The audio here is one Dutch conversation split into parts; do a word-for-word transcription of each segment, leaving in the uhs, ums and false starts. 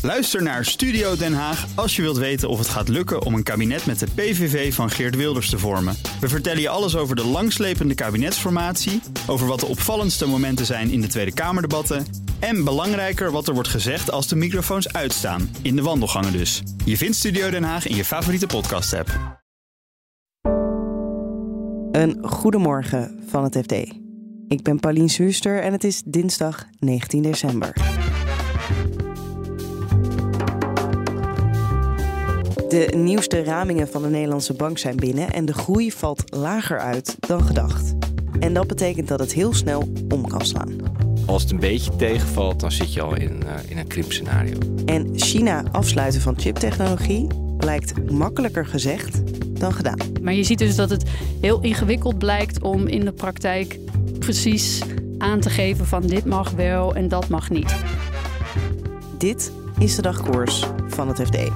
Luister naar Studio Den Haag als je wilt weten of het gaat lukken om een kabinet met de P V V van Geert Wilders te vormen. We vertellen je alles over de langslepende kabinetsformatie, over wat de opvallendste momenten zijn in de Tweede Kamerdebatten en belangrijker wat er wordt gezegd als de microfoons uitstaan, in de wandelgangen dus. Je vindt Studio Den Haag in je favoriete podcast-app. Een goedemorgen van het F D. Ik ben Paulien Zuster en het is dinsdag negentien december. De nieuwste ramingen van de Nederlandse bank zijn binnen en de groei valt lager uit dan gedacht. En dat betekent dat het heel snel om kan slaan. Als het een beetje tegenvalt, dan zit je al in, uh, in een krimpscenario. En China afsluiten van chiptechnologie blijkt makkelijker gezegd dan gedaan. Maar je ziet dus dat het heel ingewikkeld blijkt om in de praktijk precies aan te geven van dit mag wel en dat mag niet. Dit is de dagkoers van het F D.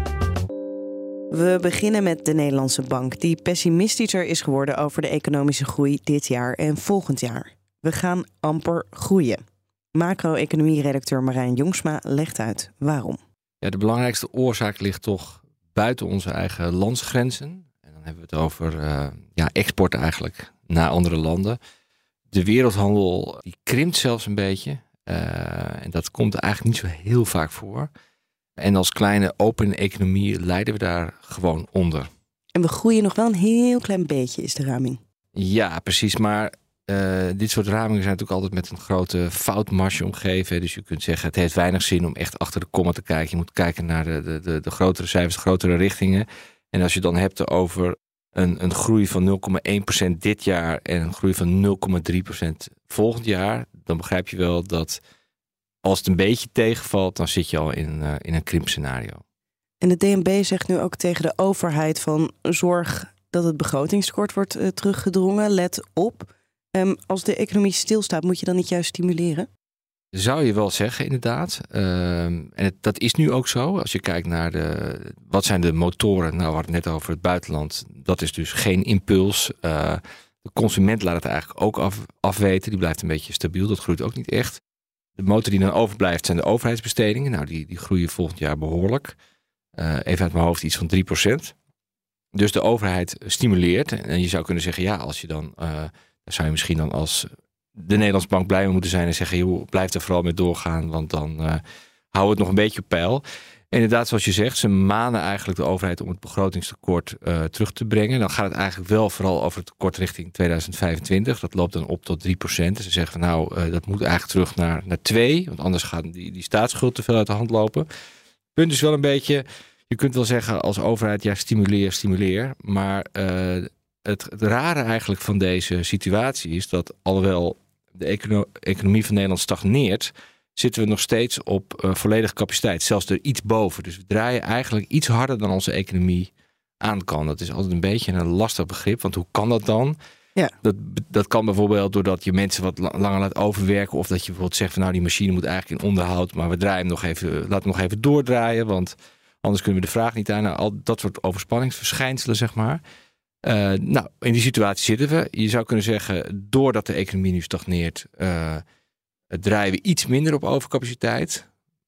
We beginnen met de Nederlandse bank, die pessimistischer is geworden over de economische groei dit jaar en volgend jaar. We gaan amper groeien. Macro-economie-redacteur Marijn Jongsma legt uit waarom. Ja, de belangrijkste oorzaak ligt toch buiten onze eigen landsgrenzen. En dan hebben we het over uh, ja, export eigenlijk naar andere landen. De wereldhandel die krimpt zelfs een beetje. Uh, en dat komt eigenlijk niet zo heel vaak voor. En als kleine open economie lijden we daar gewoon onder. En we groeien nog wel een heel klein beetje, is de raming. Ja, precies. Maar uh, dit soort ramingen zijn natuurlijk altijd met een grote foutmarge omgeven. Dus je kunt zeggen, het heeft weinig zin om echt achter de komma te kijken. Je moet kijken naar de, de, de, de grotere cijfers, de grotere richtingen. En als je dan hebt over een, een groei van nul komma één procent dit jaar en een groei van nul komma drie procent volgend jaar, dan begrijp je wel dat als het een beetje tegenvalt, dan zit je al in, uh, in een krimpscenario. En de D N B zegt nu ook tegen de overheid van zorg dat het begrotingstekort wordt uh, teruggedrongen. Let op. Um, als de economie stilstaat, moet je dan niet juist stimuleren? Zou je wel zeggen, inderdaad. Uh, en het, dat is nu ook zo. Als je kijkt naar de, wat zijn de motoren? Nou, we hadden het net over het buitenland. Dat is dus geen impuls. Uh, de consument laat het eigenlijk ook af, afweten. Die blijft een beetje stabiel. Dat groeit ook niet echt. De motor die dan overblijft zijn de overheidsbestedingen. Nou, die, die groeien volgend jaar behoorlijk. Uh, even uit mijn hoofd iets van drie procent. Dus de overheid stimuleert. En je zou kunnen zeggen, ja, als je dan, uh, dan zou je misschien dan als de Nederlandse bank blij mee moeten zijn en zeggen, joh, blijf er vooral mee doorgaan, want dan uh, hou het nog een beetje op peil. En inderdaad, zoals je zegt, ze manen eigenlijk de overheid om het begrotingstekort uh, terug te brengen. Dan gaat het eigenlijk wel vooral over het tekort richting tweeduizend vijfentwintig. Dat loopt dan op tot drie procent. En ze zeggen van nou, uh, dat moet eigenlijk terug naar, naar twee, want anders gaat die, die staatsschuld te veel uit de hand lopen. Het punt is wel een beetje, je kunt wel zeggen als overheid, ja, stimuleer, stimuleer. Maar uh, het, het rare eigenlijk van deze situatie is dat alhoewel de econo- economie van Nederland stagneert, zitten we nog steeds op uh, volledige capaciteit. Zelfs er iets boven. Dus we draaien eigenlijk iets harder dan onze economie aan kan. Dat is altijd een beetje een lastig begrip. Want hoe kan dat dan? Ja. Dat, dat kan bijvoorbeeld doordat je mensen wat langer laat overwerken. Of dat je bijvoorbeeld zegt van nou, die machine moet eigenlijk in onderhoud. Maar we draaien hem nog even, laten hem nog even doordraaien. Want anders kunnen we de vraag niet aan. Nou, al dat soort overspanningsverschijnselen, zeg maar. Uh, nou, in die situatie zitten we. Je zou kunnen zeggen, doordat de economie nu stagneert, Uh, draaien we iets minder op overcapaciteit.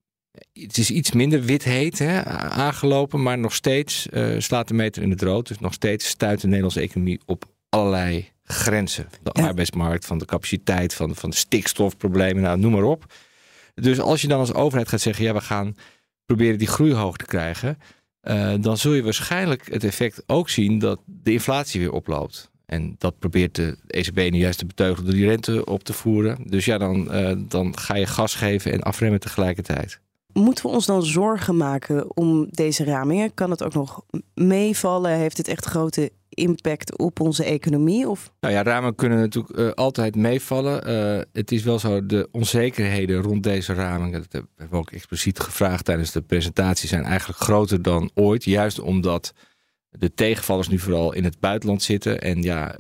Het is iets minder wit heet hè, aangelopen, maar nog steeds uh, slaat de meter in het rood. Dus nog steeds stuit de Nederlandse economie op allerlei grenzen. De ja. arbeidsmarkt, van de capaciteit, van, van de stikstofproblemen, nou, noem maar op. Dus als je dan als overheid gaat zeggen, ja, we gaan proberen die groei hoog te krijgen, Uh, dan zul je waarschijnlijk het effect ook zien dat de inflatie weer oploopt. En dat probeert de E C B nu juist te beteugelen door die rente op te voeren. Dus ja, dan, uh, dan ga je gas geven en afremmen tegelijkertijd. Moeten we ons dan zorgen maken om deze ramingen? Kan het ook nog meevallen? Heeft het echt grote impact op onze economie? Of? Nou ja, ramingen kunnen natuurlijk uh, altijd meevallen. Uh, het is wel zo, de onzekerheden rond deze ramingen, dat hebben we ook expliciet gevraagd tijdens de presentatie, zijn eigenlijk groter dan ooit. Juist omdat de tegenvallers nu vooral in het buitenland zitten. En ja, uh,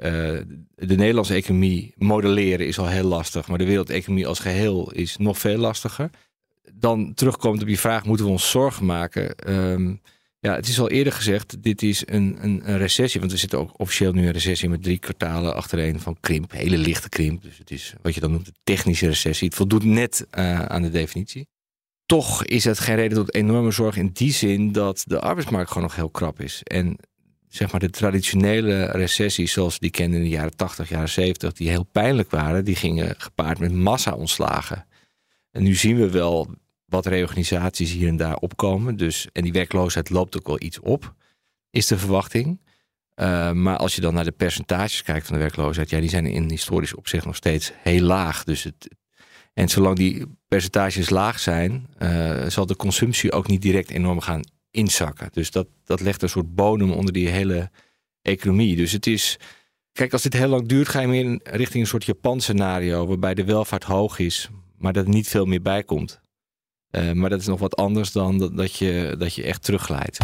de Nederlandse economie modelleren is al heel lastig. Maar de wereldeconomie als geheel is nog veel lastiger. Dan terugkomend op je vraag, moeten we ons zorgen maken? Um, ja, het is al eerder gezegd, dit is een, een, een recessie. Want we zitten ook officieel nu in een recessie met drie kwartalen achtereen van krimp. Hele lichte krimp. Dus het is wat je dan noemt een technische recessie. Het voldoet net uh, aan de definitie. toch is het geen reden tot enorme zorg in die zin dat de arbeidsmarkt gewoon nog heel krap is. En zeg maar de traditionele recessies zoals we die kenden in de jaren tachtig, jaren zeventig, die heel pijnlijk waren, die gingen gepaard met massa-ontslagen. En nu zien we wel wat reorganisaties hier en daar opkomen. Dus, en die werkloosheid loopt ook wel iets op, is de verwachting. Uh, maar als je dan naar de percentages kijkt van de werkloosheid, ja, die zijn in historisch opzicht nog steeds heel laag. Dus het, en zolang die percentages laag zijn, uh, zal de consumptie ook niet direct enorm gaan inzakken. Dus dat, dat legt een soort bodem onder die hele economie. Dus het is, kijk, als dit heel lang duurt, ga je meer in richting een soort Japan scenario, waarbij de welvaart hoog is, maar dat er niet veel meer bij komt. Uh, maar dat is nog wat anders dan dat, dat, je, dat je echt terugglijdt.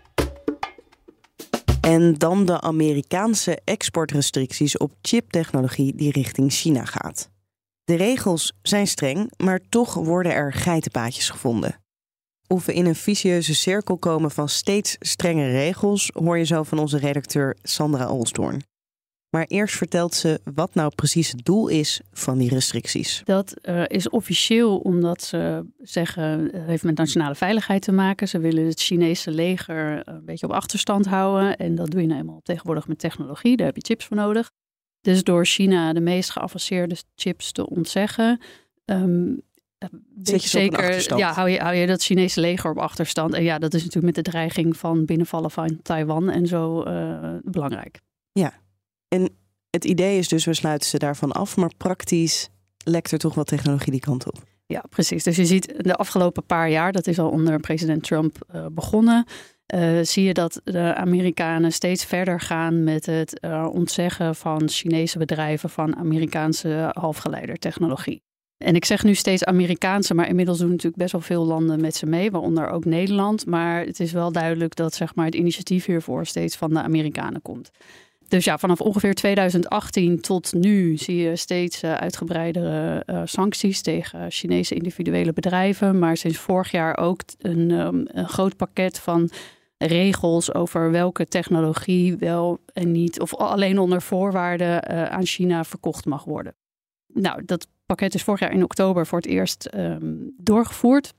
En dan de Amerikaanse exportrestricties op chiptechnologie die richting China gaat. De regels zijn streng, maar toch worden er geitenpaadjes gevonden. Of we in een vicieuze cirkel komen van steeds strengere regels, hoor je zo van onze redacteur Sandra Olsdoorn. Maar eerst vertelt ze wat nou precies het doel is van die restricties. Dat uh, is officieel omdat ze zeggen, het heeft met nationale veiligheid te maken. Ze willen het Chinese leger een beetje op achterstand houden. En dat doe je nou eenmaal tegenwoordig met technologie. Daar heb je chips voor nodig. Dus door China de meest geavanceerde chips te ontzeggen, Um, Zet je zeker, ja, hou je, hou je dat Chinese leger op achterstand. En ja, dat is natuurlijk met de dreiging van binnenvallen van Taiwan en zo uh, belangrijk. Ja, en het idee is dus, we sluiten ze daarvan af, maar praktisch lekt er toch wel technologie die kant op. Ja, precies. Dus je ziet de afgelopen paar jaar, dat is al onder president Trump uh, begonnen, Uh, zie je dat de Amerikanen steeds verder gaan met het uh, ontzeggen van Chinese bedrijven van Amerikaanse halfgeleidertechnologie. En ik zeg nu steeds Amerikaanse, maar inmiddels doen natuurlijk best wel veel landen met ze mee, waaronder ook Nederland. Maar het is wel duidelijk dat zeg maar, het initiatief hiervoor steeds van de Amerikanen komt. Dus ja, vanaf ongeveer twintig achttien tot nu zie je steeds uh, uitgebreidere uh, sancties tegen Chinese individuele bedrijven. Maar sinds vorig jaar ook een, um, een groot pakket van regels over welke technologie wel en niet, of alleen onder voorwaarden uh, aan China verkocht mag worden. Nou, dat pakket is vorig jaar in oktober voor het eerst um, doorgevoerd.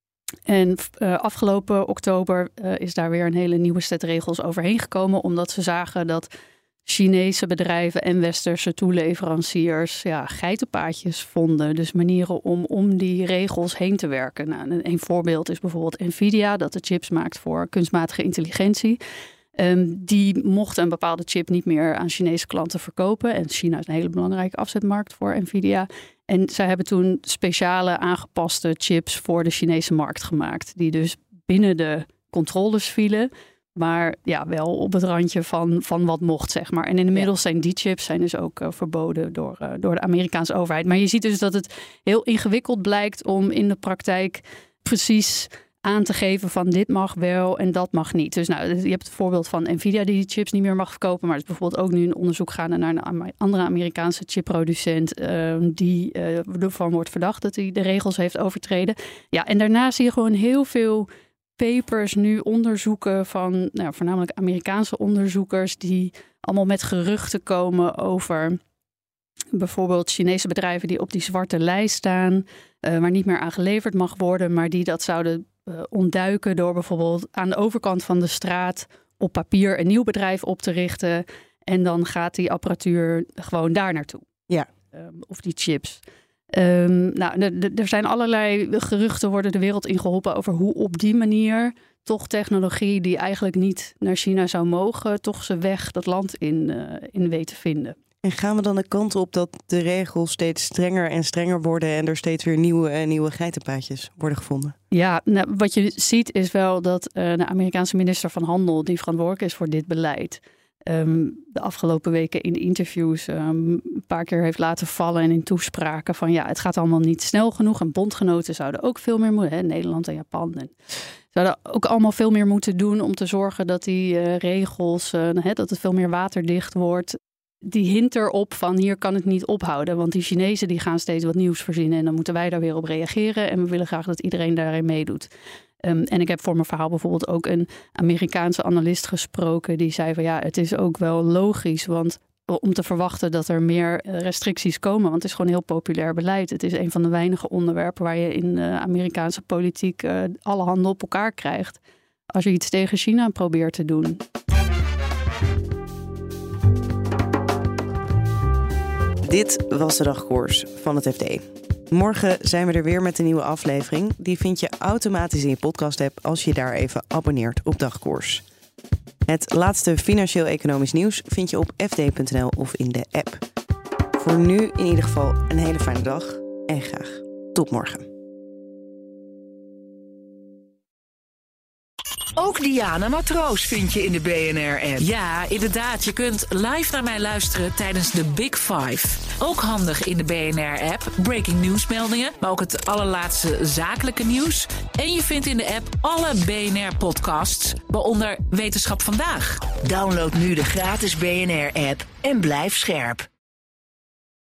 En uh, afgelopen oktober uh, is daar weer een hele nieuwe set regels overheen gekomen, omdat ze zagen dat Chinese bedrijven en westerse toeleveranciers ja, geitenpaadjes vonden. Dus manieren om om die regels heen te werken. Nou, een voorbeeld is bijvoorbeeld Nvidia, dat de chips maakt voor kunstmatige intelligentie. Um, die mochten een bepaalde chip niet meer aan Chinese klanten verkopen. En China is een hele belangrijke afzetmarkt voor Nvidia. En zij hebben toen speciale aangepaste chips voor de Chinese markt gemaakt. Die dus binnen de controles vielen, maar ja, wel op het randje van, van wat mocht, zeg maar. En inmiddels zijn die chips zijn dus ook uh, verboden door, uh, door de Amerikaanse overheid. Maar je ziet dus dat het heel ingewikkeld blijkt om in de praktijk precies aan te geven van dit mag wel en dat mag niet. Dus nou, je hebt het voorbeeld van Nvidia die die chips niet meer mag verkopen, maar er is bijvoorbeeld ook nu een onderzoek gaande naar een andere Amerikaanse chipproducent uh, die uh, ervan wordt verdacht dat hij de regels heeft overtreden. Ja, en daarna zie je gewoon heel veel papers nu onderzoeken van nou, voornamelijk Amerikaanse onderzoekers die allemaal met geruchten komen over bijvoorbeeld Chinese bedrijven die op die zwarte lijst staan, uh, waar niet meer aan geleverd mag worden, maar die dat zouden uh, ontduiken door bijvoorbeeld aan de overkant van de straat op papier een nieuw bedrijf op te richten. En dan gaat die apparatuur gewoon daar naartoe. Ja. Um, of die chips. Um, nou, er zijn allerlei geruchten worden de wereld ingeholpen over hoe op die manier toch technologie die eigenlijk niet naar China zou mogen, toch zijn weg dat land in, uh, in weet te vinden. En gaan we dan de kant op dat de regels steeds strenger en strenger worden en er steeds weer nieuwe en nieuwe geitenpaadjes worden gevonden? Ja, nou, wat je ziet is wel dat uh, de Amerikaanse minister van Handel, die verantwoordelijk is voor dit beleid, Um, de afgelopen weken in interviews um, een paar keer heeft laten vallen en in toespraken van ja, het gaat allemaal niet snel genoeg. En bondgenoten zouden ook veel meer moeten, hè, Nederland en Japan. En zouden ook allemaal veel meer moeten doen om te zorgen dat die uh, regels, uh, hè, dat het veel meer waterdicht wordt. Die hint erop van hier kan het niet ophouden. Want die Chinezen die gaan steeds wat nieuws verzinnen en dan moeten wij daar weer op reageren. En we willen graag dat iedereen daarin meedoet. Um, en ik heb voor mijn verhaal bijvoorbeeld ook een Amerikaanse analist gesproken die zei van ja, het is ook wel logisch, want om te verwachten dat er meer restricties komen. Want het is gewoon heel populair beleid. Het is een van de weinige onderwerpen waar je in de Amerikaanse politiek uh, alle handen op elkaar krijgt. Als je iets tegen China probeert te doen. Dit was de dagkoers van het F D. Morgen zijn we er weer met een nieuwe aflevering. Die vind je automatisch in je podcast-app als je daar even abonneert op Dagkoers. Het laatste financieel-economisch nieuws vind je op f d punt n l of in de app. Voor nu in ieder geval een hele fijne dag en graag tot morgen. Ook Diana Matroos vind je in de B N R-app. Ja, inderdaad. Je kunt live naar mij luisteren tijdens de Big Five. Ook handig in de B N R-app. Breaking nieuwsmeldingen, maar ook het allerlaatste zakelijke nieuws. En je vindt in de app alle B N R-podcasts, waaronder Wetenschap Vandaag. Download nu de gratis B N R-app en blijf scherp.